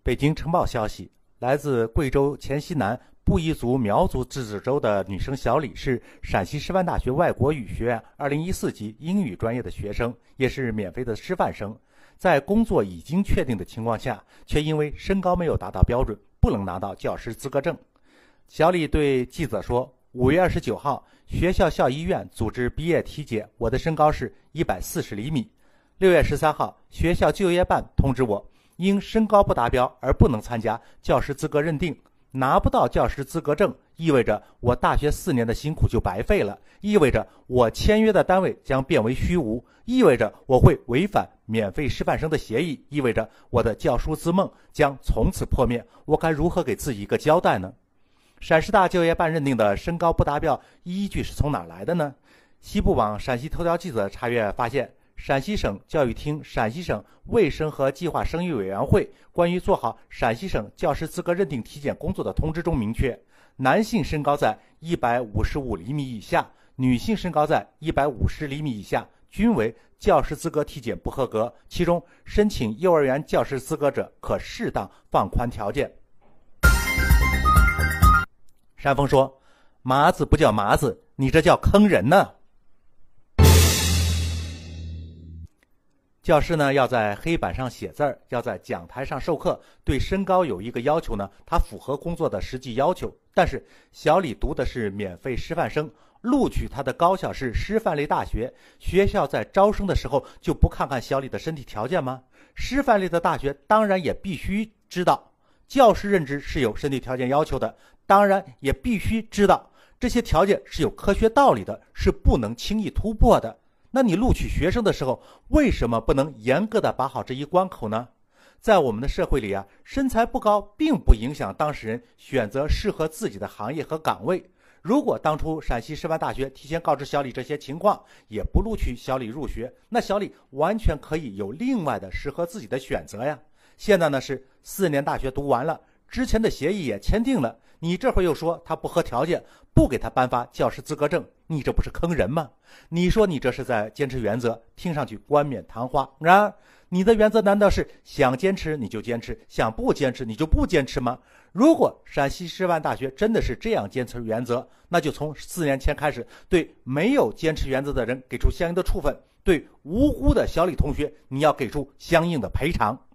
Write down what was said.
北京晨报消息，来自贵州黔西南布依族苗族自治州的女生小李是陕西师范大学外国语学院2014级英语专业的学生，也是免费的师范生。在工作已经确定的情况下，却因为身高没有达到标准，不能拿到教师资格证。小李对记者说，5月29号，学校校医院组织毕业体检，我的身高是140厘米。6月13号，学校就业办通知我，因身高不达标而不能参加教师资格认定。拿不到教师资格证，意味着我大学4年的辛苦就白费了，意味着我签约的单位将变为虚无，意味着我会违反免费师范生的协议，意味着我的教书之梦将从此破灭。我该如何给自己一个交代呢？陕师大就业办认定的身高不达标依据是从哪来的呢？西部网陕西头条记者查阅发现，陕西省教育厅、陕西省卫生和计划生育委员会关于做好陕西省教师资格认定体检工作的通知中明确，男性身高在155厘米以下，女性身高在150厘米以下均为教师资格体检不合格，其中申请幼儿园教师资格者可适当放宽条件。山峰说，麻子不叫麻子，你这叫坑人呢。教师呢要在黑板上写字儿，要在讲台上授课，对身高有一个要求呢，它符合工作的实际要求。但是小李读的是免费师范生，录取他的高校是师范类大学，学校在招生的时候就不看看小李的身体条件吗？师范类的大学当然也必须知道教师任职是有身体条件要求的，当然也必须知道这些条件是有科学道理的，是不能轻易突破的。那你录取学生的时候，为什么不能严格的把好这一关口呢？在我们的社会里啊，身材不高并不影响当事人选择适合自己的行业和岗位。如果当初陕西师范大学提前告知小李这些情况，也不录取小李入学，那小李完全可以有另外的适合自己的选择呀。现在呢是4年大学读完了，之前的协议也签订了，你这会又说他不合条件，不给他颁发教师资格证，你这不是坑人吗？你说你这是在坚持原则，听上去冠冕堂皇。然而你的原则难道是想坚持你就坚持，想不坚持你就不坚持吗？如果陕西师范大学真的是这样坚持原则，那就从4年前开始，对没有坚持原则的人给出相应的处分，对无辜的小李同学你要给出相应的赔偿。